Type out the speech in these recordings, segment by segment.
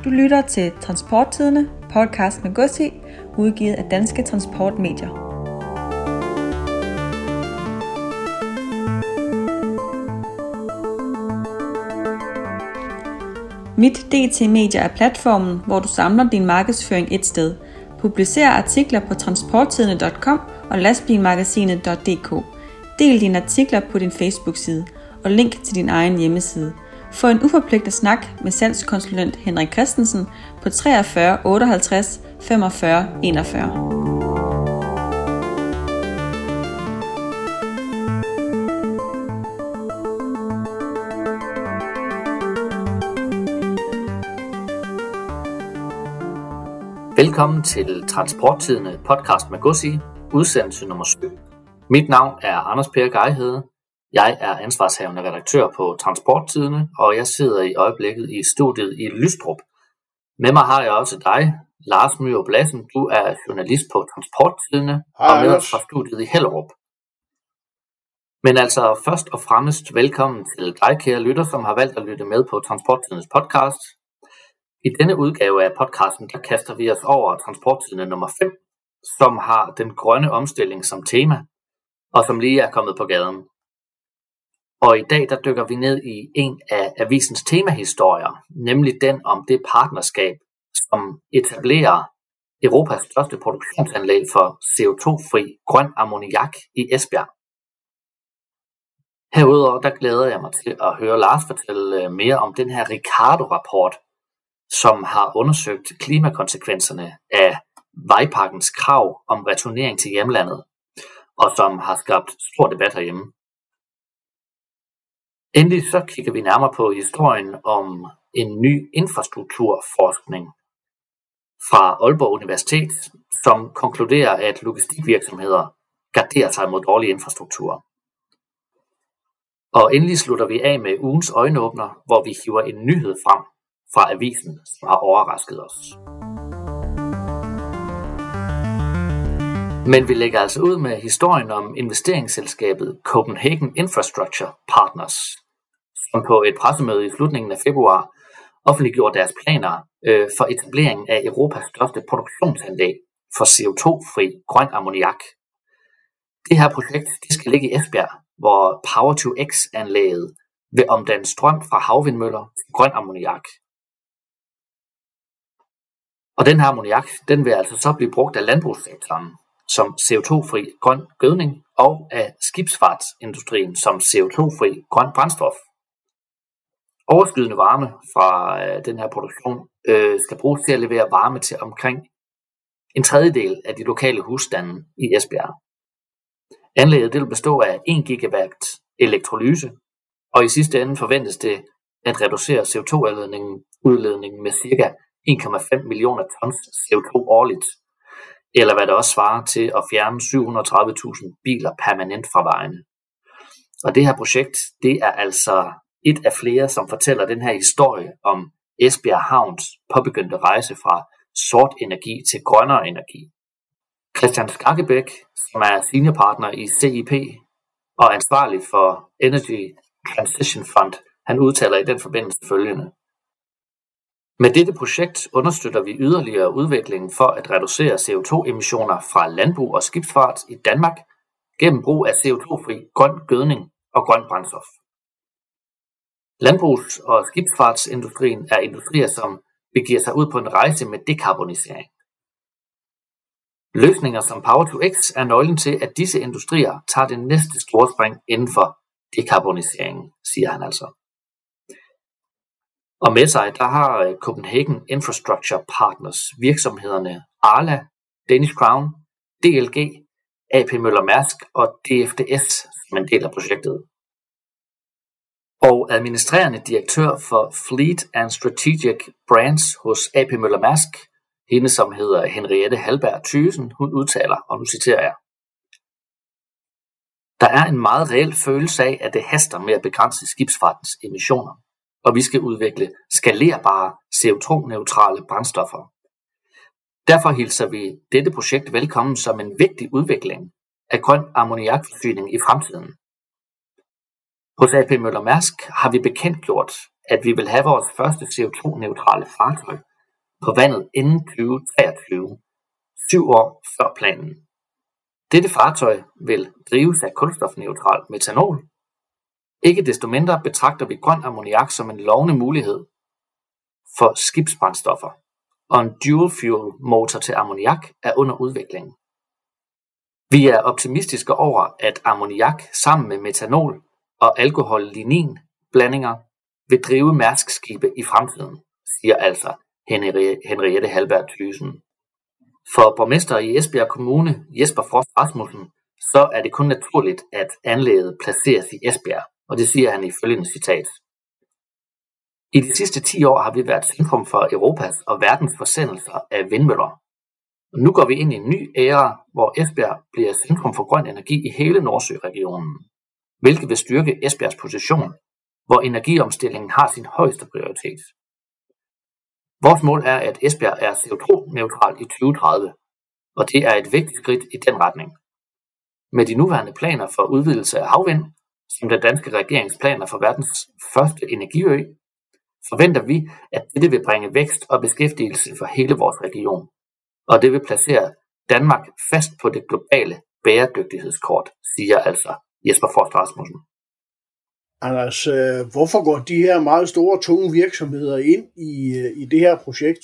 Du lytter til Transporttidene, podcast med gods i, udgivet af Danske Transportmedier. Mit DT Media er platformen, hvor du samler din markedsføring et sted. Publicer artikler på transporttidene.com og lastbilmagasinet.dk. Del dine artikler på din Facebook-side og link til din egen hjemmeside. Få en uforpligtet snak med salgskonsulent Henrik Christensen på 43 58 45 41. Velkommen til Transporttidene podcast med gods i, udsendelse nummer 7. Mit navn er Anders Per Geihede. Jeg er ansvarshavende redaktør på Transporttidene, og jeg sidder i øjeblikket i studiet i Lystrup. Med mig har jeg også dig, Lars Myrup Lassen. Du er journalist på Transporttidene og med os fra studiet i Hellerup. Men altså først og fremmest velkommen til dig, kære lytter, som har valgt at lytte med på Transporttidens podcast. I denne udgave af podcasten, der kaster vi os over Transporttidene nummer 5, som har den grønne omstilling som tema, og som lige er kommet på gaden. Og i dag, der dykker vi ned i en af avisens temahistorier, nemlig den om det partnerskab, som etablerer Europas største produktionsanlæg for CO2-fri grøn ammoniak i Esbjerg. Herudover, der glæder jeg mig til at høre Lars fortælle mere om den her Ricardo-rapport, som har undersøgt klimakonsekvenserne af vejpakkens krav om returnering til hjemlandet, og som har skabt stor debat herhjemme. Endelig så kigger vi nærmere på historien om en ny infrastrukturforskning fra Aalborg Universitet, som konkluderer, at logistikvirksomheder garderer sig mod dårlig infrastruktur. Og endelig slutter vi af med ugens øjenåbner, hvor vi hiver en nyhed frem fra avisen, som har overrasket os. Men vi lægger altså ud med historien om investeringsselskabet Copenhagen Infrastructure Partners, som på et pressemøde i slutningen af februar offentliggjorde deres planer for etableringen af Europas største produktionsanlæg for CO2-fri grøn ammoniak. Det her projekt skal ligge i Esbjerg, hvor Power-to-X-anlægget vil omdanne strøm fra havvindmøller til grøn ammoniak. Og den her ammoniak, den vil altså så blive brugt af landbrugssektoren som CO2-fri grøn gødning og af skibsfartsindustrien som CO2-fri grøn brændstof. Overskydende varme fra den her produktion skal bruges til at levere varme til omkring en tredjedel af de lokale husstande i Esbjerg. Anlægget vil bestå af 1 gigawatt elektrolyse, og i sidste ende forventes det at reducere CO2-udledningen med ca. 1,5 millioner tons CO2 årligt, eller hvad der også svarer til at fjerne 730.000 biler permanent fra vejene. Og det her projekt, det er altså et af flere, som fortæller den her historie om Esbjerg Havns påbegyndte rejse fra sort energi til grønnere energi. Christian Skakkebæk, som er seniorpartner i CIP og ansvarlig for Energy Transition Fund, han udtaler i den forbindelse følgende: Med dette projekt understøtter vi yderligere udviklingen for at reducere CO2-emissioner fra landbrug og skibsfart i Danmark gennem brug af CO2-fri grøn gødning og grøn brændstof. Landbrugs- og skibsfartsindustrien er industrier, som begiver sig ud på en rejse med dekarbonisering. Løsninger som Power-to-X er nøglen til, at disse industrier tager det næste store spring inden for dekarboniseringen, siger han altså. Og med sig, der har Copenhagen Infrastructure Partners virksomhederne Arla, Danish Crown, DLG, AP Møller Mærsk og DFDS som en del af projektet. Og administrerende direktør for Fleet and Strategic Brands hos AP Møller Mærsk, hende som hedder Henriette Halberg Thyssen, hun udtaler, og nu citerer jeg: Der er en meget reel følelse af, at det haster med at begrænse skibsfartens emissioner, og vi skal udvikle skalerbare CO2-neutrale brændstoffer. Derfor hilser vi dette projekt velkommen som en vigtig udvikling af grøn ammoniakforsyning i fremtiden. Hos AP Møller Mærsk har vi bekendtgjort, at vi vil have vores første CO2-neutrale fartøj på vandet inden 2023, 7 år før planen. Dette fartøj vil drives af kulstofneutral metanol. Ikke desto mindre betragter vi grøn ammoniak som en lovende mulighed for skibsbrændstoffer, og en dual fuel motor til ammoniak er under udvikling. Vi er optimistiske over, at ammoniak sammen med metanol og alkohol-linin blandinger vil drive Mærsk-skibe i fremtiden, siger altså Henriette Halberg Thyssen. For borgmester i Esbjerg Kommune, Jesper Frost Rasmussen, så er det kun naturligt, at anlægget placeres i Esbjerg, og det siger han i følgende citat. I de sidste 10 år har vi været centrum for Europas og verdens forsendelser af vindmøller. Nu går vi ind i en ny æra, hvor Esbjerg bliver centrum for grøn energi i hele Nordsøregionen, hvilket vil styrke Esbjergs position, hvor energiomstillingen har sin højeste prioritet. Vores mål er, at Esbjerg er CO2-neutral i 2030, og det er et vigtigt skridt i den retning. Med de nuværende planer for udvidelse af havvind, som den danske regerings planer for verdens første energiø, forventer vi, at dette vil bringe vækst og beskæftigelse for hele vores region, og det vil placere Danmark fast på det globale bæredygtighedskort, siger altså Jesper Frost Rasmussen. Anders, hvorfor går de her meget store, tunge virksomheder ind i det her projekt?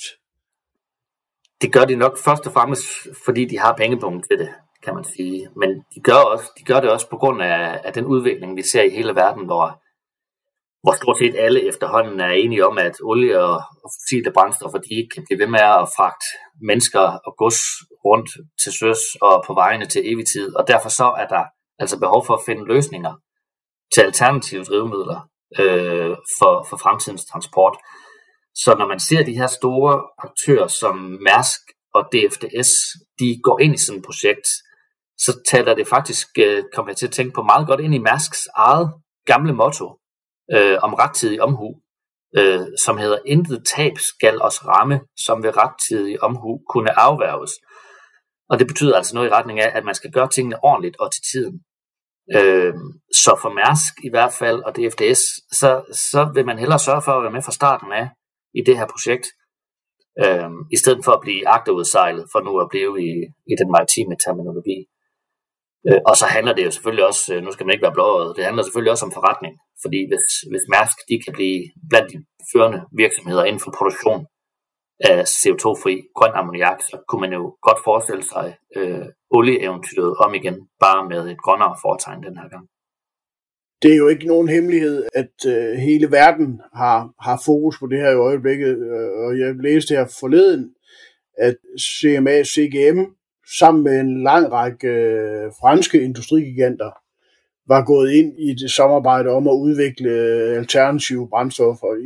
Det gør de nok først og fremmest, fordi de har pengepunkt til det, kan man sige. Men de gør det også på grund af den udvikling, vi ser i hele verden, hvor stort set alle efterhånden er enige om, at olie og fossile brændstoffer, de ikke kan blive ved med at fragte mennesker og gods rundt til søs og på vejene til evig tid. Og derfor så er der altså behov for at finde løsninger til alternative drivmidler for fremtidens transport. Så når man ser de her store aktører som Mærsk og DFDS, de går ind i sådan et projekt, så taler det faktisk, kommer jeg til at tænke på, meget godt ind i Mærsks eget gamle motto om rettidig omhu, som hedder intet tab skal os ramme, som ved rettidig omhu kunne afværges. Og det betyder altså noget i retning af, at man skal gøre tingene ordentligt og til tiden. Så for Mærsk i hvert fald og DFDS, så vil man hellere sørge for at være med fra starten af i det her projekt, i stedet for at blive agterudsejlet, for nu at blive i den maritime terminologi. Og så handler det jo selvfølgelig også, nu skal man ikke være blåøjet, det handler selvfølgelig også om forretning, fordi hvis Mærsk de kan blive blandt de førende virksomheder inden for produktion af CO2-fri grøn ammoniak, så kunne man jo godt forestille sig olieeventyret om igen, bare med et grønnere foretegn den her gang. Det er jo ikke nogen hemmelighed, at hele verden har fokus på det her i øjeblikket, og jeg læste her forleden, at CMA CGM sammen med en lang række franske industrigiganter var gået ind i det samarbejde om at udvikle alternative brændstoffer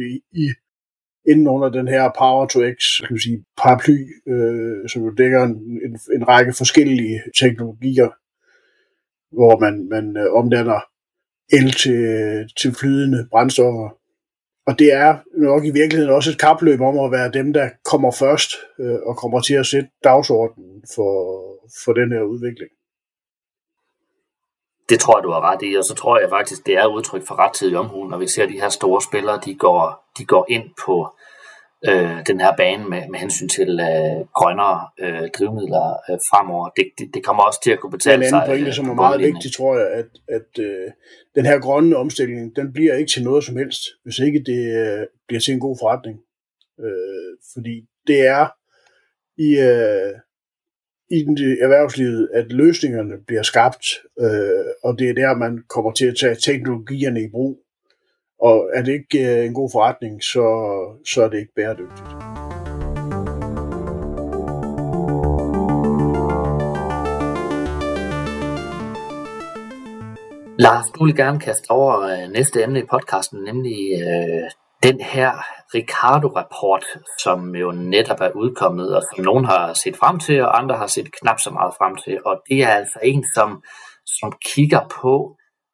inden under den her Power-to-X paraply, som jo dækker en række forskellige teknologier, hvor man omdanner el til flydende brændstoffer. Og det er nok i virkeligheden også et kapløb om at være dem, der kommer først og kommer til at sætte dagsordenen for den her udvikling. Det tror jeg, du har ret i, og så tror jeg faktisk, det er udtryk for rettidig omhu, når vi ser de her store spillere, de går ind på den her bane med hensyn til grønnere drivmidler fremover. Det kommer også til at kunne betale sig. En anden pointe, som er meget vigtig, tror jeg, at den her grønne omstilling, den bliver ikke til noget som helst, hvis ikke det bliver til en god forretning. Fordi det er i erhvervslivet, at løsningerne bliver skabt, og det er der, man kommer til at tage teknologierne i brug. Og er det ikke en god forretning, så er det ikke bæredygtigt. Lars, du vil gerne kaste over næste emne i podcasten, nemlig den her Ricardo-rapport, som jo netop er udkommet, og som nogen har set frem til, og andre har set knap så meget frem til. Og det er altså en, som kigger på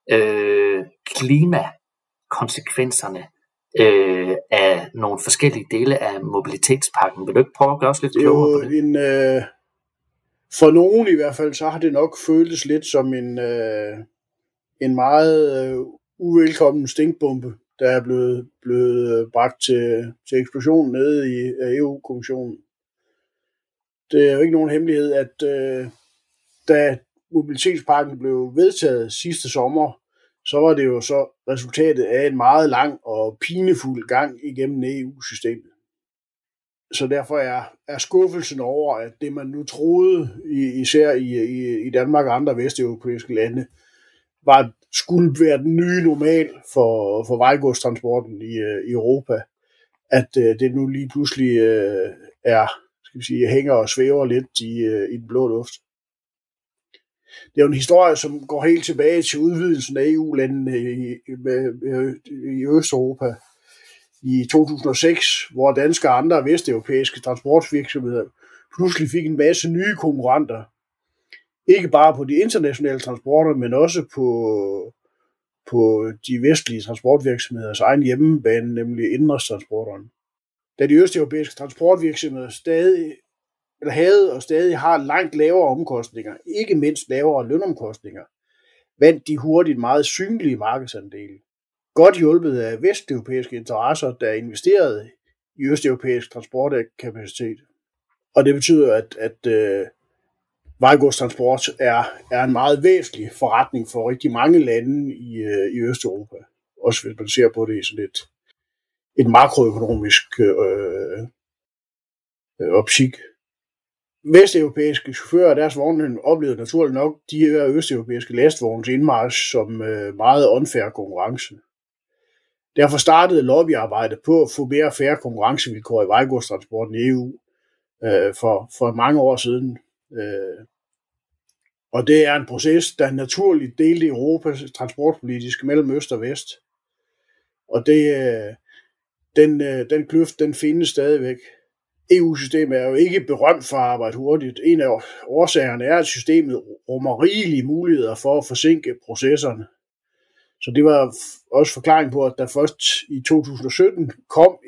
klimakonsekvenserne af nogle forskellige dele af mobilitetspakken. Vil du ikke prøve at gøre os lidt klogere på det? For nogen i hvert fald, så har det nok føltes lidt som en meget uvelkommen stinkbombe, der er blevet bragt til eksplosionen nede i EU-kommissionen. Det er jo ikke nogen hemmelighed, at da mobilitetspakken blev vedtaget sidste sommer, så var det jo så resultatet af en meget lang og pinefuld gang igennem EU-systemet. Så derfor er skuffelsen over, at det man nu troede, især i Danmark og andre vesteuropæiske lande, skulle være den nye normal for vejgodstransporten i Europa, at det nu lige pludselig hænger og svæver lidt i den blå luft. Det er jo en historie, som går helt tilbage til udvidelsen af EU-landene i Østeuropa i 2006, hvor danske og andre vesteuropæiske transportvirksomheder pludselig fik en masse nye konkurrenter. Ikke bare på de internationale transporter, men også på de vestlige transportvirksomheders egen hjemmebane, nemlig indenrigstransporterne. Da de østeuropæiske transportvirksomheder havde og stadig har langt lavere omkostninger, ikke mindst lavere lønomkostninger, vandt de hurtigt meget synlige markedsandele. Godt hjulpet af vesteuropæiske interesser, der investerede i østeuropæisk transportkapacitet. Og det betyder, at vejgodstransport er en meget væsentlig forretning for rigtig mange lande i Østeuropa. Også hvis man ser på det i sådan et makroøkonomisk optik. Vesteuropæiske chauffører og deres vognmænd oplevede naturligt nok de her østeuropæiske lastvogns indmarch som meget unfair konkurrence. Derfor startede lobbyarbejdet på at få mere fair konkurrencevilkår i vejgodstransporten i EU for mange år siden. Og det er en proces, der naturligt delte Europas transportpolitisk mellem øst og vest. Og den kløft, den findes stadigvæk. EU-systemet er jo ikke berømt for at arbejde hurtigt. En af årsagerne er, at systemet rummer rigelige muligheder for at forsinke processerne. Så det var også forklaring på, at der først i 2017 kom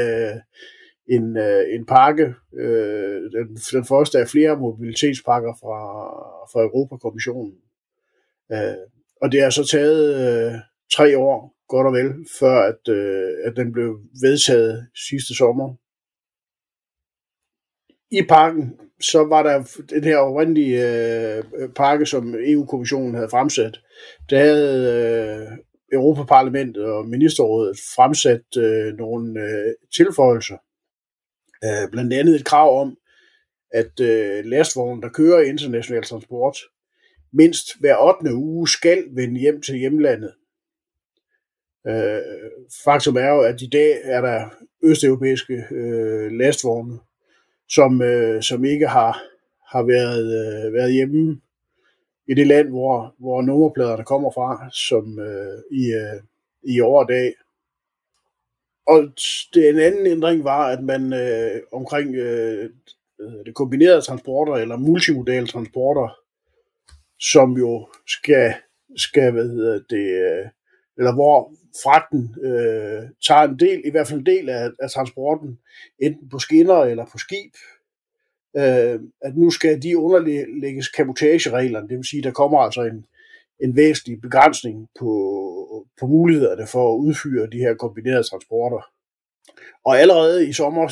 en pakke, den første af flere mobilitetspakker fra Europakommissionen. Og det har så taget 3 år, godt og vel, før at den blev vedtaget sidste sommer. I pakken, så var der den her oprindelige pakke, som EU-kommissionen havde fremsat. Der havde Europaparlamentet og Ministerrådet fremsat nogle tilføjelser. Blandt andet et krav om, at lastvogne, der kører international transport, mindst hver 8. uge skal vende hjem til hjemlandet. Faktum er jo, at i dag er der østeuropæiske lastvogne, som ikke har været hjemme i det land, hvor nummerpladerne kommer fra, som i år og dag. Og en anden ændring var, at man omkring det kombinerede transporter eller multimodale transporter, som jo skal eller hvor fragten tager en del, i hvert fald en del af transporten, enten på skinner eller på skib, at nu skal de underlægges cabotagereglerne, det vil sige, der kommer altså en væsentlig begrænsning på mulighederne for at udføre de her kombinerede transporter. Og allerede i sommer,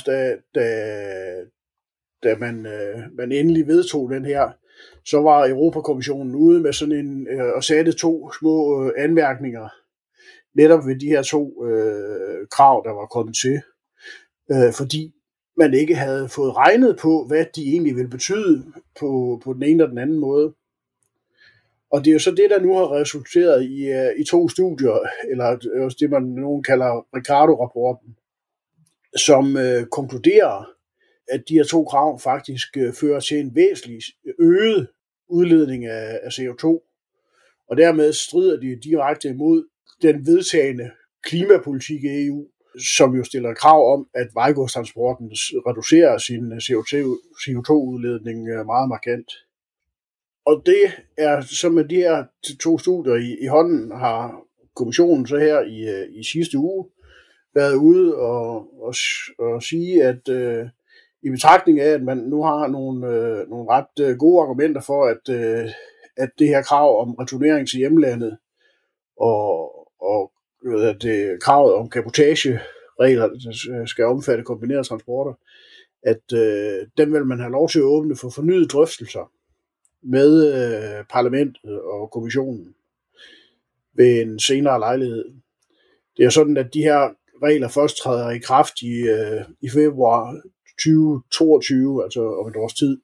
da man endelig vedtog den her, så var Europakommissionen ude med sådan og satte 2 små anmærkninger netop ved de her 2 krav, der var kommet til, fordi man ikke havde fået regnet på, hvad de egentlig ville betyde på den ene og den anden måde. Og det er jo så det, der nu har resulteret i 2 studier, eller det, man nogen kalder Ricardo-rapporten, som konkluderer, at de her 2 krav faktisk fører til en væsentlig øget udledning af CO2, og dermed strider de direkte imod den vedtagne klimapolitik i EU, som jo stiller krav om, at vejgodstransporten reducerer sin CO2-udledning meget markant. Og det er så med de her 2 studier i hånden, har kommissionen så her i sidste uge været ude og sige, at i betragtning af, at man nu har nogle ret gode argumenter for, at det her krav om returnering til hjemlandet og det kravet om cabotageregler, der skal omfatte kombinerede transporter, at dem vil man have lov til at åbne for fornyede drøftelser med parlamentet og kommissionen ved en senere lejlighed. Det er sådan, at de her regler først træder i kraft i februar 2022, altså om et års tid.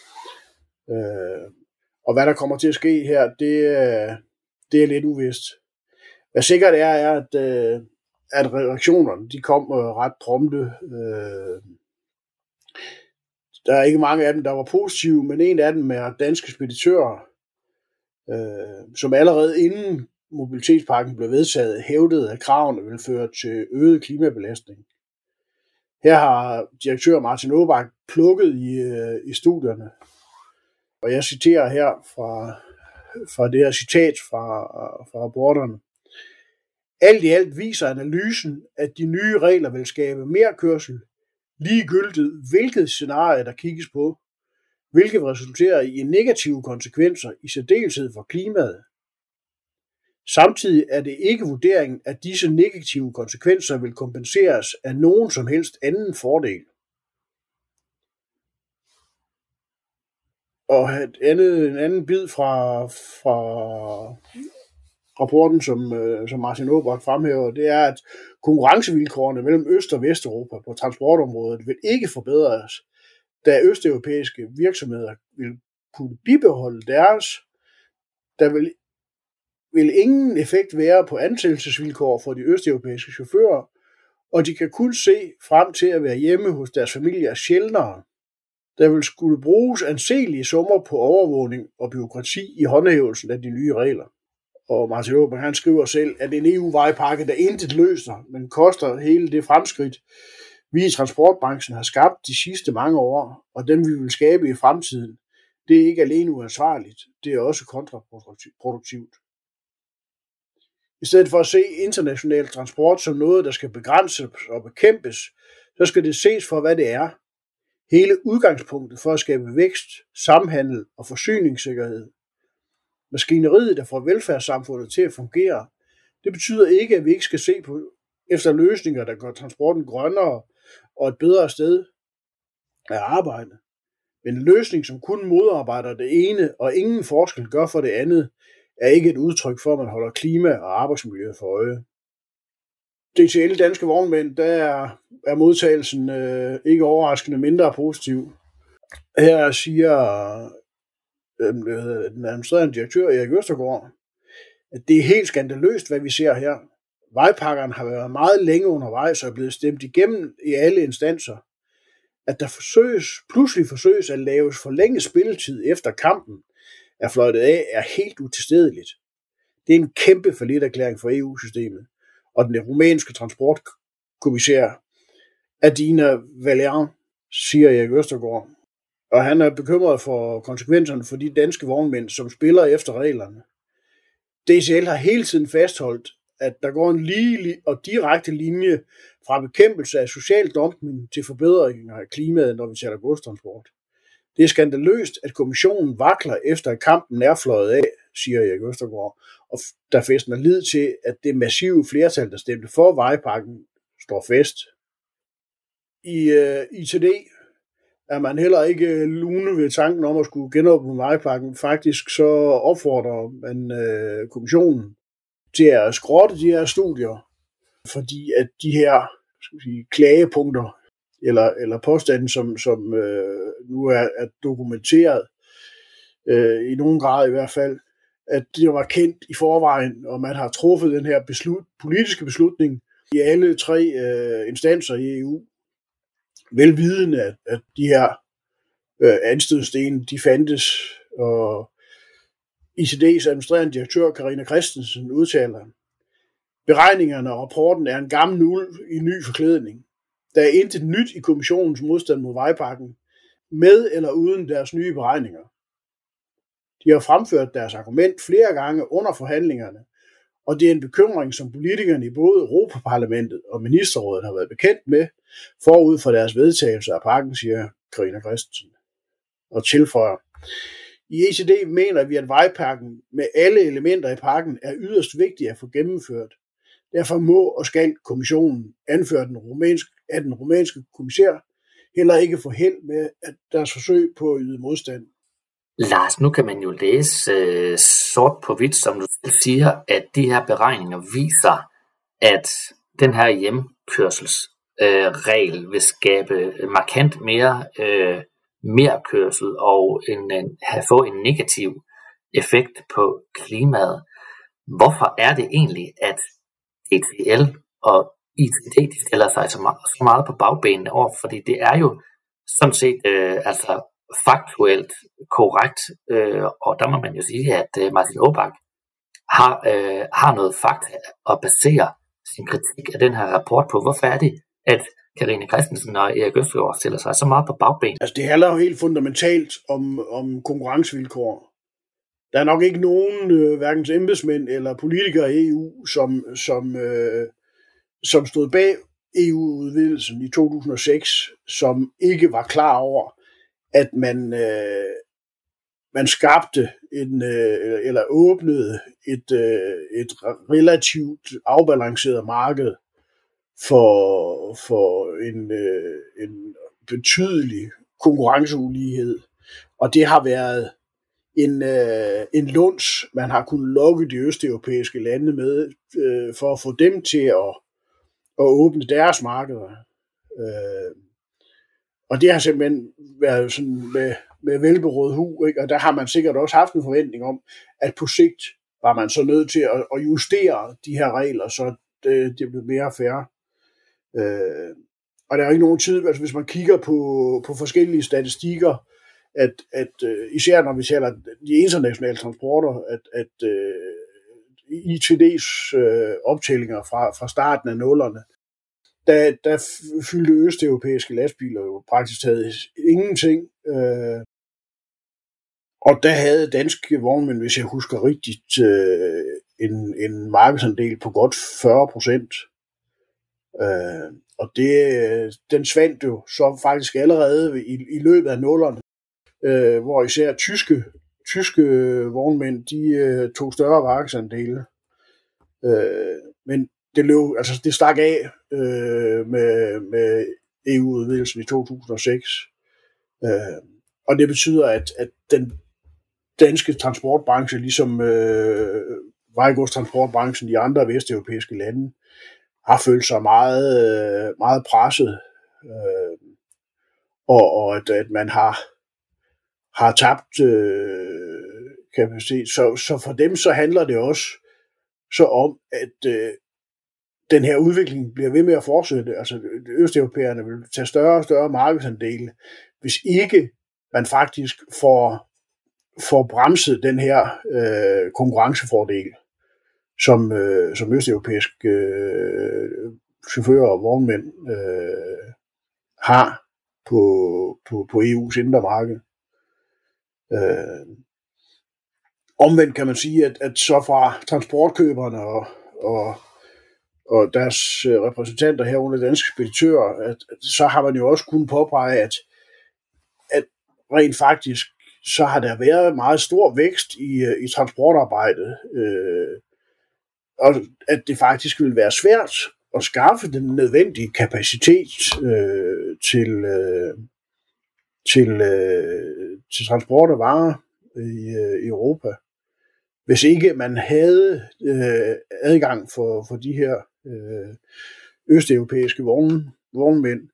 Og hvad der kommer til at ske her, det er lidt uvist. Hvad sikkert er, at reaktionerne de kom ret prompte. Der er ikke mange af dem, der var positive, men en af dem er Danske Speditører, som allerede inden mobilitetspakken blev vedtaget, hævdede, at kravene ville føre til øget klimabelastning. Her har direktør Martin Åbak plukket i studierne, og jeg citerer her fra det her citat fra rapporterne. Alt i alt viser analysen, at de nye regler vil skabe mere kørsel, ligegyldigt hvilket scenarie der kigges på, hvilket resulterer i negative konsekvenser i særdeleshed for klimaet. Samtidig er det ikke vurderingen, at disse negative konsekvenser vil kompenseres af nogen som helst anden fordel. Og en anden bid fra rapporten, som Martin Åbak fremhæver, det er, at konkurrencevilkårene mellem Øst- og Vesteuropa på transportområdet vil ikke forbedres, da østeuropæiske virksomheder vil kunne bibeholde deres. Der vil ingen effekt være på ansættelsesvilkår for de østeuropæiske chauffører, og de kan kun se frem til at være hjemme hos deres familier sjældnere. Der vil skulle bruges anselige summer på overvågning og bureaukrati i håndhævelsen af de nye regler. Og Martin Åbak, han skriver selv, at en EU-vejpakke, der intet løser, men koster hele det fremskridt, vi i transportbranchen har skabt de sidste mange år, og dem vi vil skabe i fremtiden, det er ikke alene uansvarligt, det er også kontraproduktivt. I stedet for at se international transport som noget, der skal begrænses og bekæmpes, så skal det ses for, hvad det er. Hele udgangspunktet for at skabe vækst, samhandel og forsyningssikkerhed. Maskineriet, der får velfærdssamfundet til at fungere, det betyder ikke, at vi ikke skal se på efter løsninger, der gør transporten grønnere og et bedre sted at arbejde. Men en løsning, som kun modarbejder det ene og ingen forskel gør for det andet, er ikke et udtryk for, at man holder klima og arbejdsmiljø for øje. DTL Danske Vognmænd, der er modtagelsen ikke overraskende mindre positiv. Her siger den administrerende direktør Erik Østergaard, at det er helt skandaløst, hvad vi ser her. Vejpakkerne har været meget længe undervejs og er blevet stemt igennem i alle instanser. At der pludselig forsøges at laves forlænget spilletid efter kampen er fløjtet af, er helt utilstedeligt. Det er en kæmpe falliterklæring for EU-systemet, og den rumænske transportkommissær Adina Valean, siger Erik Østergaard. Og han er bekymret for konsekvenserne for de danske vognmænd, som spiller efter reglerne. DCL har hele tiden fastholdt, at der går en lige og direkte linje fra bekæmpelse af social dumping til forbedringer af klimaet, når vi taler godstransport. Det er skandaløst, at kommissionen vakler efter, at kampen er fløjet af, siger Erik Østergaard, og der fæstner lid til, at det massive flertal, der stemte for vejpakken, står fast. I ITD er man heller ikke lune ved tanken om at skulle genåbne vejpakken. Faktisk så opfordrer man kommissionen til at skrotte de her studier, fordi at de her klagepunkter eller påstanden, som nu er dokumenteret i nogen grad i hvert fald, at det var kendt i forvejen, og man har truffet den her politiske beslutning i alle 3 instanser i EU, velvidende, at de her anstødssten, de fandtes, og ICD's administrerende direktør Carina Christensen udtaler, beregningerne og rapporten er en gammel ulv i ny forklædning. Der er intet nyt i kommissionens modstand mod vejpakken, med eller uden deres nye beregninger. De har fremført deres argument flere gange under forhandlingerne, og det er en bekymring, som politikerne i både Europaparlamentet og Ministerrådet har været bekendt med, forud for deres vedtagelse af pakken, siger Carina Christensen. Og tilføjer, i ECD mener vi, at vejpakken med alle elementer i pakken er yderst vigtig at få gennemført. Derfor må og skal kommissionen anføre af den rumænske kommissær heller ikke få held med at deres forsøg på at yde modstand. Lars, nu kan man jo læse sort på hvidt, som du siger, at de her beregninger viser, at den her hjemkørselsregel vil skabe markant mere kørsel og få en negativ effekt på klimaet. Hvorfor er det egentlig, at DTL og ITD stiller sig så meget på bagbenene over? Fordi det er jo sådan set faktuelt korrekt, og der må man jo sige, at Martin Åbak har noget fakta at basere sin kritik af den her rapport på. Hvorfor er det, at Carina Christensen og Erik Østergaard stiller sig så meget på bagbenene? Altså det handler jo helt fundamentalt om konkurrencevilkår. Der er nok ikke nogen hverken embedsmænd eller politikere i EU, som stod bag EU-udvidelsen i 2006, som ikke var klar over, at man skabte eller åbnede et relativt afbalanceret marked for en betydelig konkurrenceulighed. Og det har været en luns, man har kunnet lokke de østeuropæiske lande med, for at få dem til at åbne deres markeder. Og det har simpelthen været sådan med velberådet hu, ikke? Og der har man sikkert også haft en forventning om, at på sigt var man så nødt til at justere de her regler, så det blev mere fair. Og der er ikke nogen tid, altså hvis man kigger på forskellige statistikker, at især når vi taler de internationale transporter, at ITD's optællinger fra starten af nullerne, der fyldte østeuropæiske lastbiler jo praktisk taget ingenting. Og der havde danske vognmænd, hvis jeg husker rigtigt, en markedsandel på godt 40%. Og den svandt jo så faktisk allerede i løbet af nullerne, hvor især tyske vognmænd, de tog større markedsandele. Men det stak af med EU-udvidelsen i 2006. Og det betyder, at den danske transportbranche, ligesom vejgodstransportbranchen i de andre vesteuropæiske lande, har følt sig meget, meget presset, og at man har tabt kapacitet. Så for dem så handler det også så om, at den her udvikling bliver ved med at fortsætte. Altså østeuropæerne vil tage større og større markedsandele, hvis ikke man faktisk får bremset den her konkurrencefordel, som østeuropæiske chauffører og vognmænd har på EU's indre marked. Omvendt kan man sige, at så fra transportkøberne og deres repræsentanter herunder danske speditører, at så har man jo også kunnet påpege, at rent faktisk så har der været meget stor vækst i transportarbejdet, og at det faktisk vil være svært at skaffe den nødvendige kapacitet til transport af varer i Europa, hvis ikke man havde adgang for de her østeuropæiske vognmænd.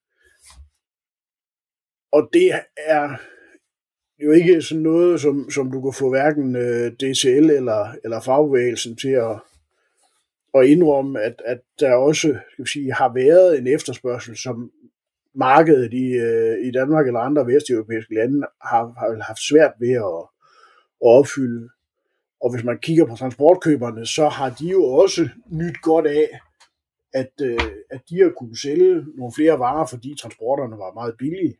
Og det er jo ikke sådan noget, som du kan få hverken DTL eller fagbevægelsen til at indrømme, at der også har været en efterspørgsel, som markedet i Danmark eller andre vesteuropæiske lande har haft svært ved at opfylde. Og hvis man kigger på transportkøberne, så har de jo også nyt godt af, at de har kunnet sælge nogle flere varer, fordi transporterne var meget billige.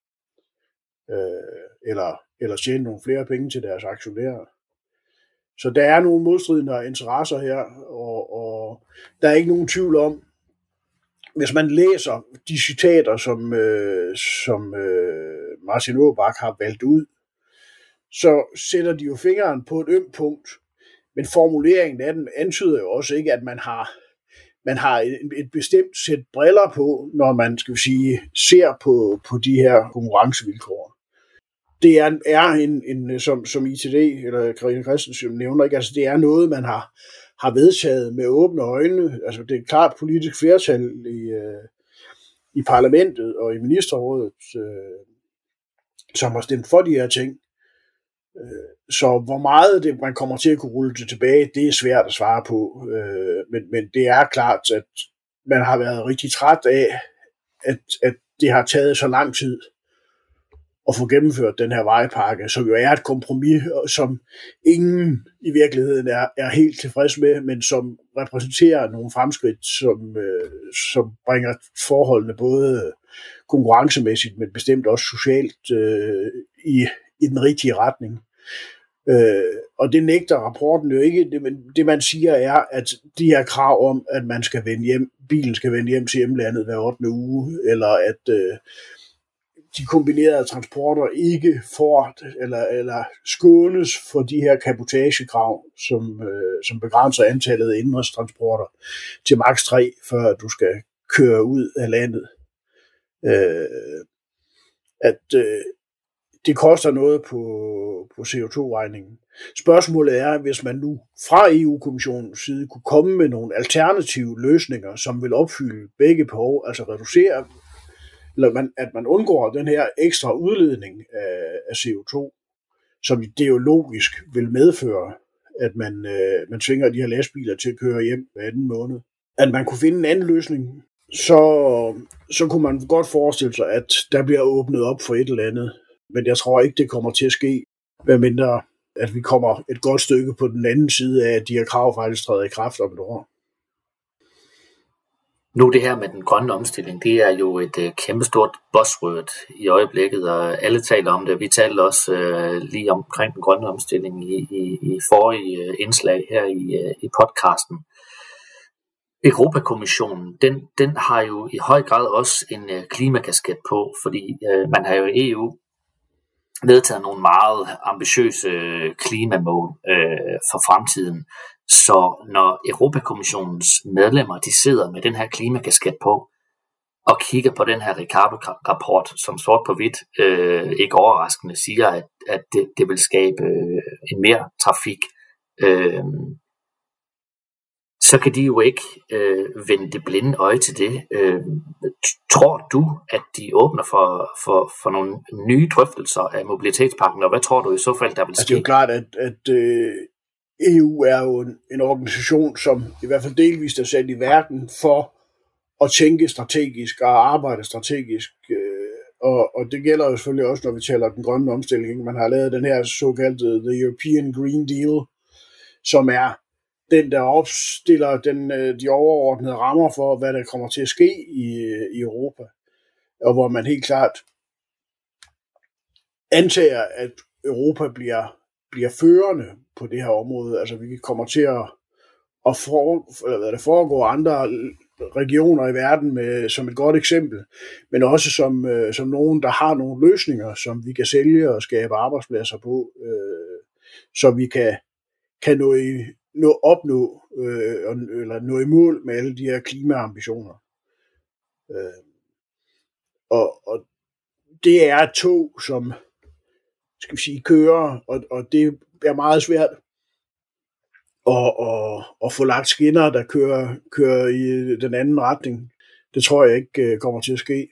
Eller tjene nogle flere penge til deres aktionærer. Så der er nogle modstridende interesser her, og der er ikke nogen tvivl om, hvis man læser de citater, som Martin Åbak har valgt ud, så sætter de jo fingeren på et ømt punkt, men formuleringen af den antyder jo også ikke, at man har man har et bestemt sæt briller på, når man, skal vi sige, ser på de her konkurrencevilkår. Det er en som ITD, eller Karina Christensen nævner, ikke? Altså, det er noget, man har vedtaget med åbne øjne. Altså, det er et klart politisk flertal i parlamentet og i ministerrådet, som har stemt for de her ting. Så hvor meget man kommer til at kunne rulle det tilbage, det er svært at svare på. Men det er klart, at man har været rigtig træt af, at det har taget så lang tid at få gennemført den her vejpakke, som jo er et kompromis, som ingen i virkeligheden er helt tilfreds med, men som repræsenterer nogle fremskridt, som bringer forholdene både konkurrencemæssigt, men bestemt også socialt i den rigtige retning. Og det nægter rapporten jo ikke. Det man siger er, at de her krav om, at man skal vende hjem, bilen skal vende hjem til hjemlandet hver 8. uge, eller at de kombinerede transporter ikke får eller skånes for de her cabotagekrav, som begrænser antallet af indenrigstransporter til maks 3, før du skal køre ud af landet. Det koster noget på CO2-regningen. Spørgsmålet er, hvis man nu fra EU-kommissionens side kunne komme med nogle alternative løsninger, som vil opfylde begge behov, altså reducere, eller at man undgår den her ekstra udledning af CO2, som det jo logisk vil medføre, at man tvinger de her lastbiler til at køre hjem hver anden måned. At man kunne finde en anden løsning, så kunne man godt forestille sig, at der bliver åbnet op for et eller andet. Men jeg tror ikke, det kommer til at ske, medmindre at vi kommer et godt stykke på den anden side af, at de her krav faktisk træder i kraft om et år. Nu det her med den grønne omstilling, det er jo et kæmpestort buzzword i øjeblikket, og alle taler om det. Vi talte også lige omkring den grønne omstilling i forrige indslag her i podcasten. Europakommissionen, den har jo i høj grad også en klimakasket på, fordi man har jo i EU vedtaget nogle meget ambitiøse klimamål for fremtiden. Så når Europakommissionens medlemmer, de sidder med den her klimakasket på og kigger på den her Ricardo-rapport, som sort på hvidt ikke overraskende siger, at det vil skabe en mere trafik, så kan de jo ikke vende det blinde øje til det. Tror du, at de åbner for nogle nye drøftelser af mobilitetspakken, og hvad tror du i så fald, der vil ske? Altså, det er jo klart, at EU er jo en organisation, som i hvert fald delvist er sat i verden for at tænke strategisk og arbejde strategisk. Og det gælder jo selvfølgelig også, når vi taler den grønne omstilling. Man har lavet den her såkaldte The European Green Deal, som er den, der opstiller de overordnede rammer for, hvad der kommer til at ske i Europa. Og hvor man helt klart antager, at Europa bliver førende på det her område. Altså vi kommer til at foregå andre regioner i verden som et godt eksempel, men også som nogen, der har nogle løsninger, som vi kan sælge og skabe arbejdspladser på, så vi kan nå i mål med alle de her klimaambitioner. Og det er et tog, som skal vi sige, kører, og det er meget svært at få lagt skinner, der kører i den anden retning. Det tror jeg ikke kommer til at ske.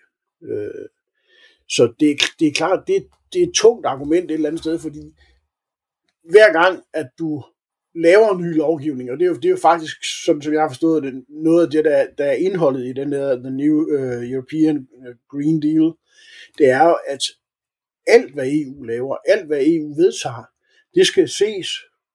Så det er klart, det er et tungt argument et eller andet sted, fordi hver gang, at du laver ny lovgivning, og det er jo faktisk, sådan som jeg har forstået det, noget af det, der er indholdet i den der The New European Green Deal, det er jo, at alt, hvad EU laver, alt, hvad EU vedtager, det skal ses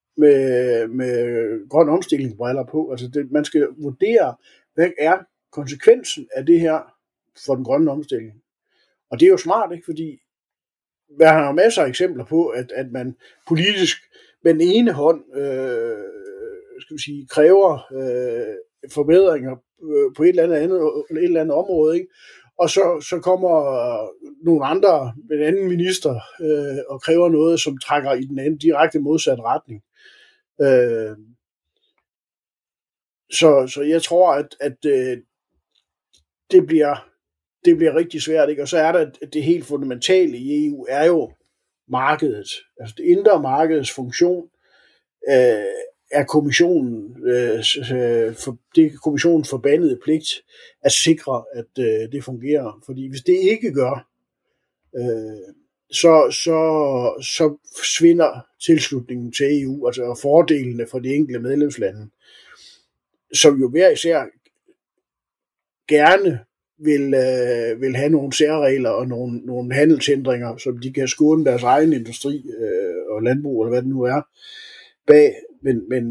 med grøn omstillingsbriller på. Altså man skal vurdere, hvad er konsekvensen af det her for den grønne omstilling. Og det er jo smart, ikke? Fordi der har masser af eksempler på, at man politisk med den ene hånd skal vi sige, kræver forbedringer på et eller andet område, ikke? Og så kommer nogle andre, en anden minister, og kræver noget, som trækker i den anden direkte modsatte retning. Så jeg tror, at det bliver rigtig svært, ikke? Og så er der det helt fundamentale i EU, er jo markedet. Altså det indre markedets funktion er kommissionens forbandede pligt at sikre, at det fungerer. Fordi hvis det ikke gør, så forsvinder tilslutningen til EU, altså fordelene for de enkelte medlemslande, som jo hver især gerne vil have nogle særregler og nogle handelshindringer, som de kan skåne deres egen industri og landbrug, eller hvad det nu er, bag. Men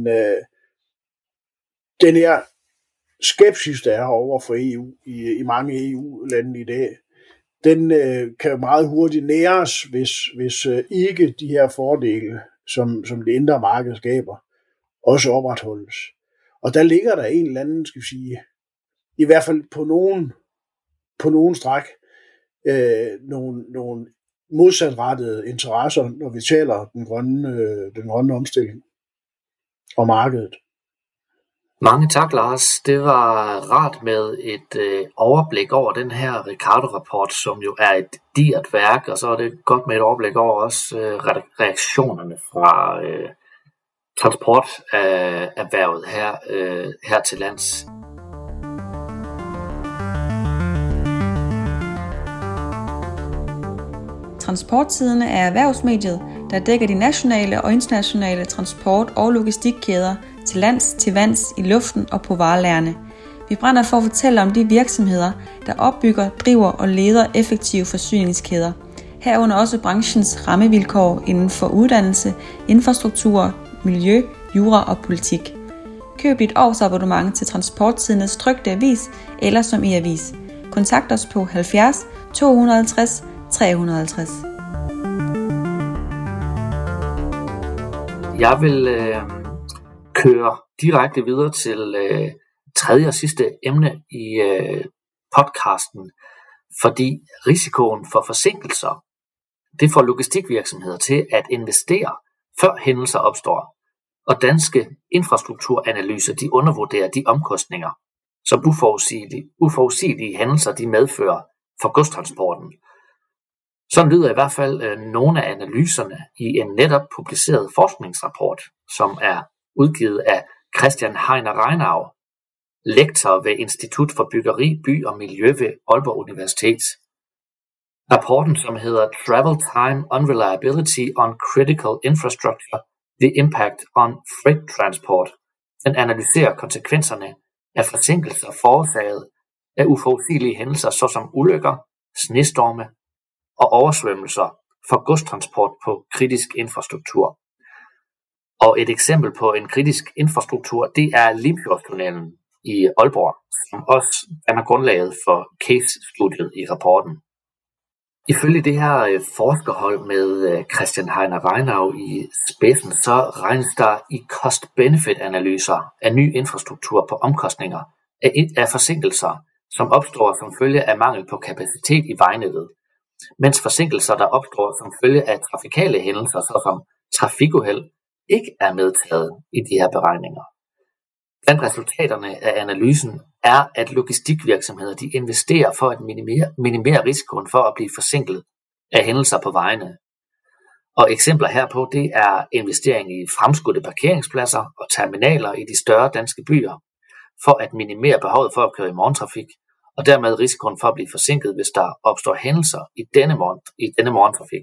den her skepsis, der er over for EU i mange EU-lande i dag, den kan jo meget hurtigt næres, hvis ikke de her fordele, som det indre marked skaber, også opretholdes. Og der ligger der en eller anden, skal vi sige, i hvert fald på nogen stræk, nogle modsatrettede interesser, når vi taler den grønne omstilling og markedet. Mange tak, Lars. Det var rart med et overblik over den her Ricardo-rapport, som jo er et digert værk, og så er det godt med et overblik over også reaktionerne fra transporterhvervet her til lands. Transporttidene er erhvervsmediet, der dækker de nationale og internationale transport- og logistikkæder til lands, til vands, i luften og på varelagerne. Vi brænder for at fortælle om de virksomheder, der opbygger, driver og leder effektive forsyningskæder. Herunder også branchens rammevilkår inden for uddannelse, infrastruktur, miljø, jura og politik. Køb dit årsabonnement til Transporttidenes trykte avis eller som e-avis. Kontakt os på 70 250 350. Jeg vil køre direkte videre til tredje og sidste emne i podcasten, fordi risikoen for forsinkelser, det får logistikvirksomheder til at investere, før hændelser opstår, og danske infrastrukturanalyser, de undervurderer de omkostninger, som uforudsigelige hændelser de medfører for godstransporten. Sådan lyder i hvert fald nogle af analyserne i en netop publiceret forskningsrapport, som er udgivet af Christian Heiner Reinau, lektor ved Institut for Byggeri, By og Miljø ved Aalborg Universitet. Rapporten, som hedder Travel Time Unreliability on Critical Infrastructure, The Impact on Freight Transport, den analyserer konsekvenserne af forsinkelser forårsaget af uforudsigelige hændelser, såsom ulykker, snestorme og oversvømmelser for godstransport på kritisk infrastruktur. Og et eksempel på en kritisk infrastruktur, det er Limfjordstunnelen i Aalborg, som også danner grundlaget for case-studiet i rapporten. Ifølge det her forskerhold med Christian Heiner Reinau i spidsen, så regnes der i cost-benefit-analyser af ny infrastruktur på omkostninger af forsinkelser, som opstår som følge af mangel på kapacitet i vejnettet, mens forsinkelser, der opstår som følge af trafikale hændelser, såsom trafikuheld, ikke er medtaget i de her beregninger. Blandt resultaterne af analysen er, at logistikvirksomheder de investerer for at minimere risikoen for at blive forsinket af hændelser på vejene. Og eksempler herpå, det er investering i fremskudte parkeringspladser og terminaler i de større danske byer, for at minimere behovet for at køre i morgentrafik, og dermed risikoen for at blive forsinket, hvis der opstår hændelser i denne morgentrafik.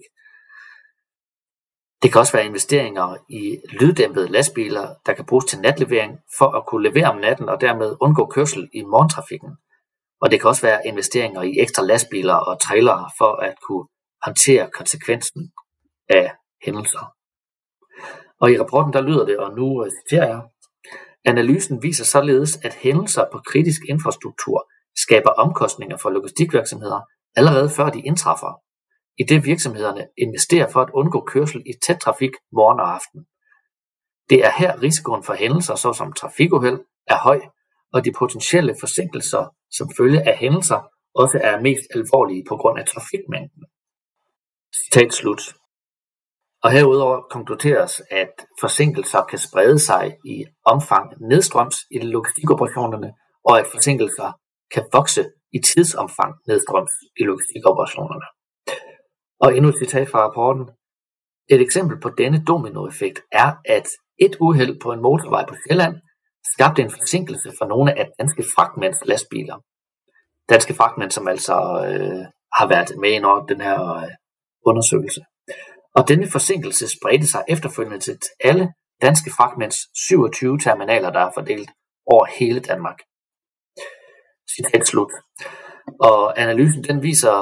Det kan også være investeringer i lyddæmpede lastbiler, der kan bruges til natlevering for at kunne levere om natten og dermed undgå kørsel i morgentrafikken. Og det kan også være investeringer i ekstra lastbiler og trailere for at kunne håndtere konsekvensen af hændelser. Og i rapporten der lyder det, og nu citerer jeg, analysen viser således, at hændelser på kritisk infrastruktur skaber omkostninger for logistikvirksomheder allerede før de indtræffer, i det virksomhederne investerer for at undgå kørsel i tæt trafik morgen og aften. Det er her risikoen for hændelser såsom trafikuheld er høj, og de potentielle forsinkelser som følge af hændelser også er mest alvorlige på grund af trafikmængden. Citat slut. Og herudover konkluderes, at forsinkelser kan sprede sig i omfang nedstrøms i logistikoperationerne, og at forsinkelser kan vokse i tidsomfang nedstrøms i logistikoperationerne. Og endnu et citat fra rapporten. Et eksempel på denne dominoeffekt er, at et uheld på en motorvej på Sjælland skabte en forsinkelse for nogle af danske fragtmænds lastbiler. Danske fragtmænd, som altså har været med ind over den her undersøgelse. Og denne forsinkelse spredte sig efterfølgende til alle danske fragtmænds 27 terminaler, der er fordelt over hele Danmark. Citat slut. Og analysen den viser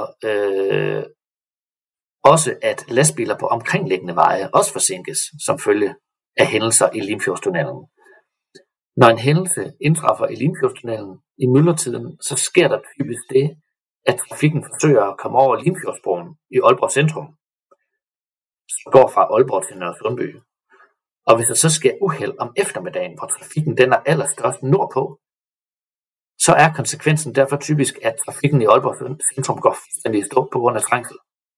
også, at lastbiler på omkringliggende veje også forsinkes som følge af hændelser i Limfjordstunnelen. Når en hændelse indtræffer i Limfjordstunnelen i myldretiden, så sker der typisk det, at trafikken forsøger at komme over Limfjordsbroen i Aalborg Centrum, som går fra Aalborg til Nørresundby. Og hvis der så sker uheld om eftermiddagen, hvor trafikken den er allerstørst nordpå, så er konsekvensen derfor typisk, at trafikken i Aalborg Centrum går fuldstændig i stå på grund af trængsel.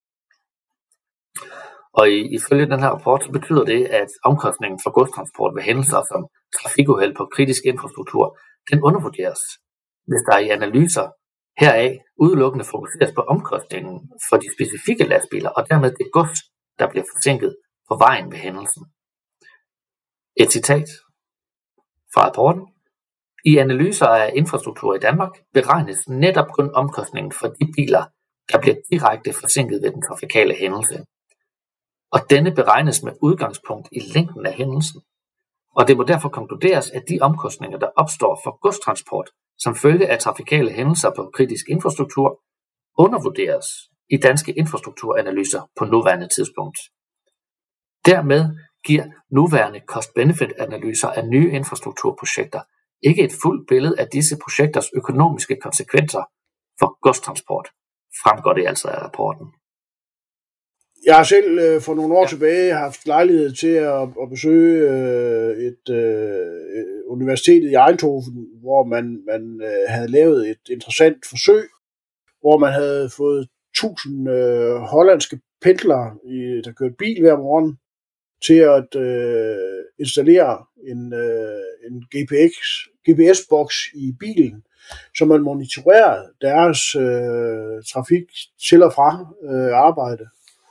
Og ifølge den her rapport, så betyder det, at omkostningen for godstransport ved hændelser som trafikuheld på kritisk infrastruktur, den undervurderes, hvis der i analyser heraf udelukkende fokuseres på omkostningen for de specifikke lastbiler, og dermed det gods, der bliver forsinket på vejen ved hændelsen. Et citat fra rapporten. I analyser af infrastruktur i Danmark beregnes netop kun omkostningen for de biler, der bliver direkte forsinket ved den trafikale hændelse. Og denne beregnes med udgangspunkt i længden af hændelsen. Og det må derfor konkluderes, at de omkostninger, der opstår for godstransport som følge af trafikale hændelser på kritisk infrastruktur, undervurderes i danske infrastrukturanalyser på nuværende tidspunkt. Dermed giver nuværende cost-benefit-analyser af nye infrastrukturprojekter ikke et fuldt billede af disse projekters økonomiske konsekvenser for godstransport, fremgår det altså af rapporten. Jeg har selv for nogle år tilbage haft lejlighed til at besøge et universitetet i Eindhoven, hvor man havde lavet et interessant forsøg, hvor man havde fået 1000 hollandske pendlere, der kørte bil hver morgen, til at installere en GPS-boks i bilen, så man monitorerede deres trafik til og fra arbejde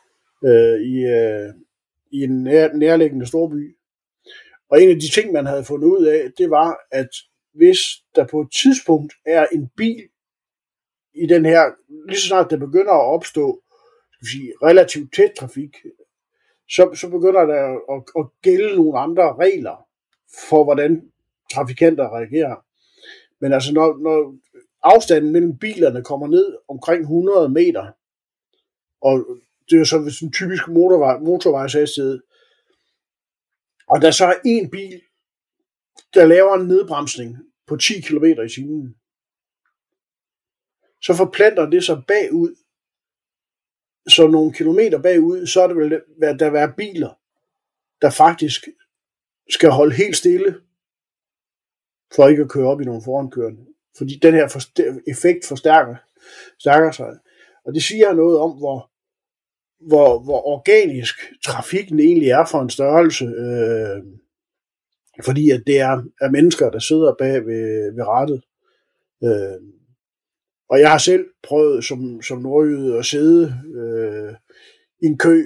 i en nærliggende storby. Og en af de ting, man havde fundet ud af, det var, at hvis der på et tidspunkt er en bil i den her, lige så snart der begynder at opstå relativt tæt trafik, så begynder der at gælde nogle andre regler for, hvordan trafikanter reagerer. Men altså, når afstanden mellem bilerne kommer ned omkring 100 meter, og det er jo så ved sådan en typisk motorvejshastighed, og der så er en bil, der laver en nedbremsning på 10 km i timen, så forplanter det sig bagud. Så nogle kilometer bagud, så er det vel der være biler, der faktisk skal holde helt stille, for ikke at køre op i nogle forankørende. Fordi den her effekt forstærker sig. Og det siger noget om, hvor organisk trafikken egentlig er for en størrelse. Fordi at det er mennesker, der sidder bag ved rattet. Og jeg har selv prøvet som nordjyde at sidde i en kø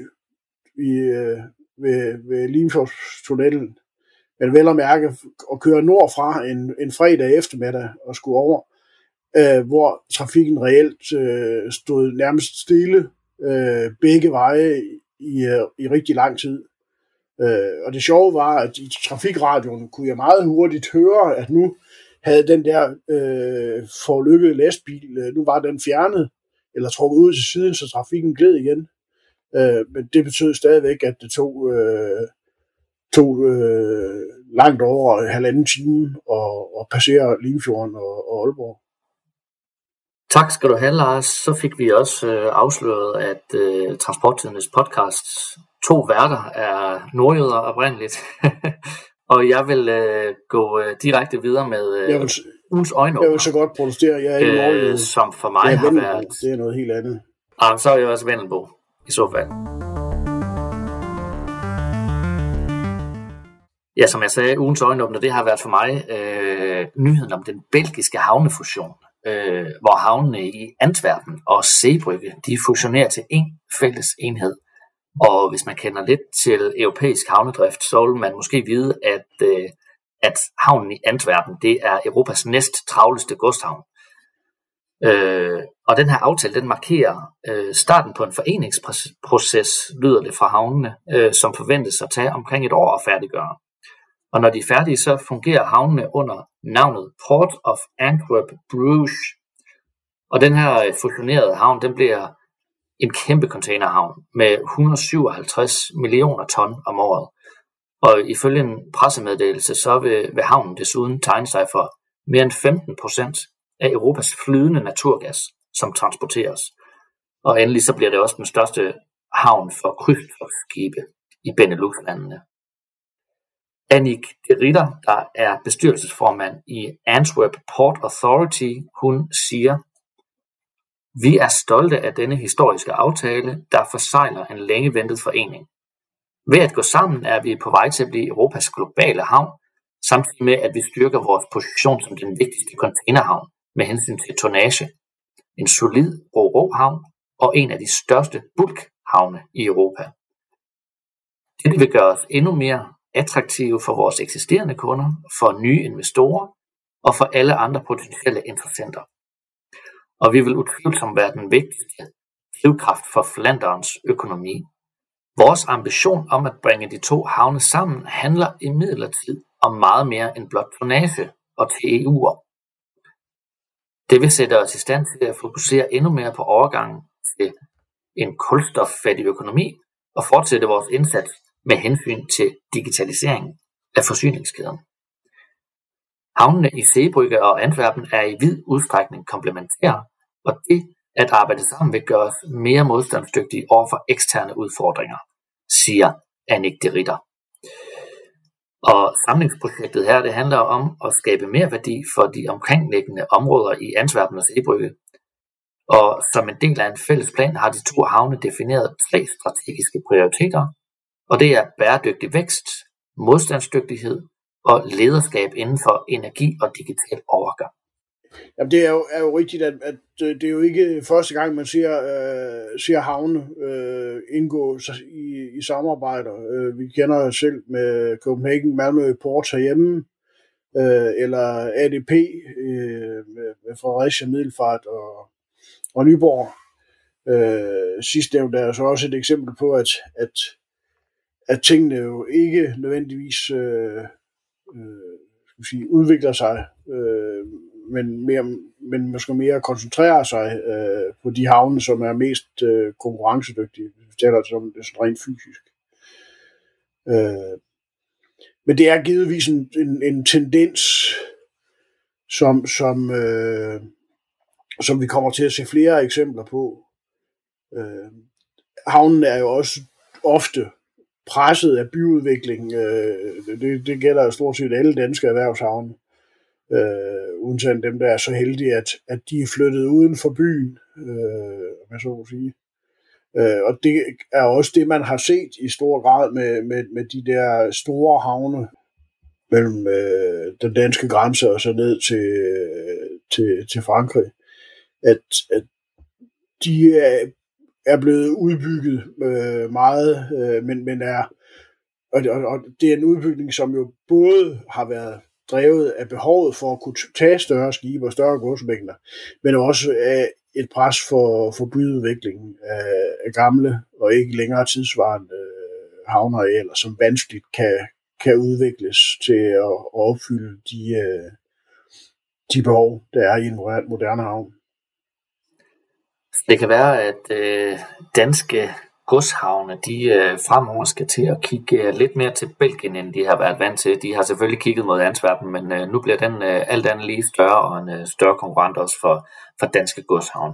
ved Limfjordstunnelen, men vel at mærke at køre nordfra en fredag eftermiddag og skulle over, hvor trafikken reelt stod nærmest stille begge veje i rigtig lang tid. Og det sjove var, at i trafikradioen kunne jeg meget hurtigt høre, at nu havde den der forulykkede lastbil, nu var den fjernet, eller trukket ud til siden, så trafikken gled igen. Men det betød stadigvæk, at det tog langt over 1,5 time at passere Limfjorden og Aalborg. Tak skal du have, Lars. Så fik vi også afsløret, at Transporttidens podcasts 2 værter er nordjyder oprindeligt. Og jeg vil gå direkte videre med ugens øjenåbner. Jeg vil så godt protestere. Jeg er ikke nordjyde. Som for mig har været... Det er noget helt andet. Så er jeg også Vendelbo, i så fald. Ja, som jeg sagde, ugens øjenåbner, det har været for mig nyheden om den belgiske havnefusion, hvor havnene i Antwerpen og Zeebrugge, de fusionerer til en fælles enhed. Og hvis man kender lidt til europæisk havnedrift, så vil man måske vide, at havnen i Antwerpen, det er Europas næst travleste godshavn. Og den her aftale, den markerer starten på en foreningsproces, lyder det fra havnene, som forventes at tage omkring et år at færdiggøre. Og når de er færdige, så fungerer havnene under navnet Port of Antwerp Bruges. Og den her fusionerede havn, den bliver en kæmpe containerhavn med 157 millioner ton om året. Og ifølge en pressemeddelelse, så vil havnen desuden tegne sig for mere end 15% af Europas flydende naturgas, som transporteres. Og endelig så bliver det også den største havn for krydstogtskibe i Benelux-landene. Annick de Ritter, der er bestyrelsesformand i Antwerp Port Authority, hun siger: "Vi er stolte af denne historiske aftale, der forsegler en længe ventet forening. Ved at gå sammen er vi på vej til at blive Europas globale havn, samtidig med at vi styrker vores position som den vigtigste containerhavn med hensyn til tonnage, en solid ro-ro-havn og en af de største bulkhavne i Europa. Det vil gøre os endnu mere attraktive for vores eksisterende kunder, for nye investorer og for alle andre potentielle interessenter. Og vi vil utvivlsomt være den vigtigste drivkraft for Flanderens økonomi. Vores ambition om at bringe de to havne sammen handler imidlertid om meget mere end blot tonnage og TEU'er. Det vil sætte os i stand til at fokusere endnu mere på overgangen til en kulstoffattig økonomi og fortsætte vores indsats med hensyn til digitalisering af forsyningskæden. Havnene i Zeebrugge og Antwerpen er i vid udstrækning komplementære, og det at arbejde sammen vil gøre os mere modstandsdygtige over for eksterne udfordringer, siger Annick de Ritter. Og samlingsprojektet her, det handler om at skabe mere værdi for de omkringliggende områder i Antwerpen og Zeebrugge. Og som en del af en fælles plan har de to havne defineret 3 strategiske prioriteter, og det er bæredygtig vækst, modstandsdygtighed og lederskab inden for energi og digital overgang. Jamen, det er jo rigtigt, at det er jo ikke første gang, man ser havne indgå i samarbejder. Vi kender selv med Copenhagen, Malmø Port herhjemme, eller ADP med Fredericia Middelfart og Nyborg. Sidstnævnte er så også et eksempel på, at tingene jo ikke nødvendigvis udvikler sig, men måske mere koncentrerer sig på de havne, som er mest konkurrencedygtige, hvis vi taler om det sådan rent fysisk. Men det er givetvis en tendens, som vi kommer til at se flere eksempler på. Havnen er jo også ofte presset af byudvikling. Det gælder jo stort set alle danske erhvervshavne, undtagen dem, der er så heldige, at de er flyttet uden for byen, man så må sige. Og det er også det, man har set i stor grad med de der store havne mellem den danske grænse og så ned til Frankrig, at de er blevet udbygget meget, men og det er en udbygning, som jo både har været drevet af behovet for at kunne tage større skibe og større godsmængder, men også af et pres for byudviklingen af gamle og ikke længere tidsvarende havnearealer, som vanskeligt kan udvikles til at opfylde de behov, der er i en moderne havn. Det kan være, at danske godshavne, de fremover skal til at kigge lidt mere til Belgien, end de har været vant til. De har selvfølgelig kigget mod Antwerpen, men nu bliver den alt andet lige større, og en større konkurrent også for danske godshavne.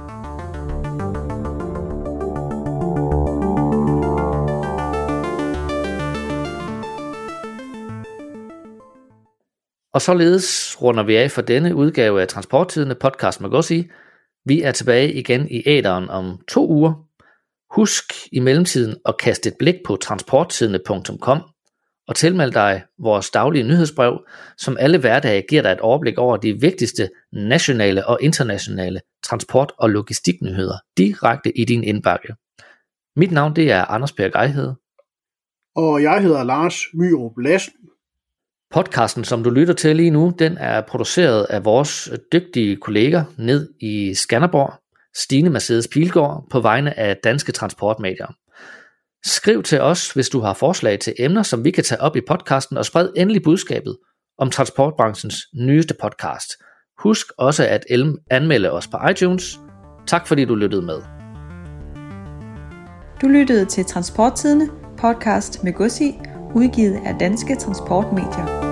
Og således runder vi af for denne udgave af Transporttidende podcast med gods i. Vi er tilbage igen i æteren om 2 uger. Husk i mellemtiden at kaste et blik på transporttidende.com og tilmeld dig vores daglige nyhedsbrev, som alle hverdage giver dig et overblik over de vigtigste nationale og internationale transport- og logistiknyheder direkte i din indbakke. Mit navn det er Anders Per Geihede. Og jeg hedder Lars Myrup Lassen. Podcasten, som du lytter til lige nu, den er produceret af vores dygtige kolleger ned i Skanderborg, Stine Mercedes Pilgaard, på vegne af Danske Transportmedier. Skriv til os, hvis du har forslag til emner, som vi kan tage op i podcasten, og spred endelig budskabet om transportbranchens nyeste podcast. Husk også at anmelde os på iTunes. Tak fordi du lyttede med. Du lyttede til Transporttidene, podcast med gods i, udgivet af Danske Transportmedier.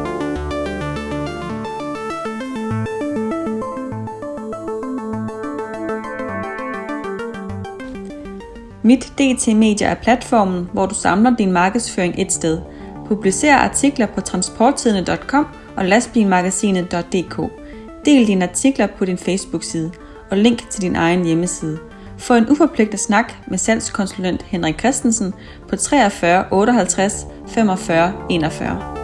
Mit DT Media er platformen, hvor du samler din markedsføring et sted. Publicer artikler på transporttidene.com og lastbilmagasinet.dk. Del dine artikler på din Facebook-side og link til din egen hjemmeside. Få en uforpligtet snak med salgskonsulent Henrik Christensen på 43 58 45 41.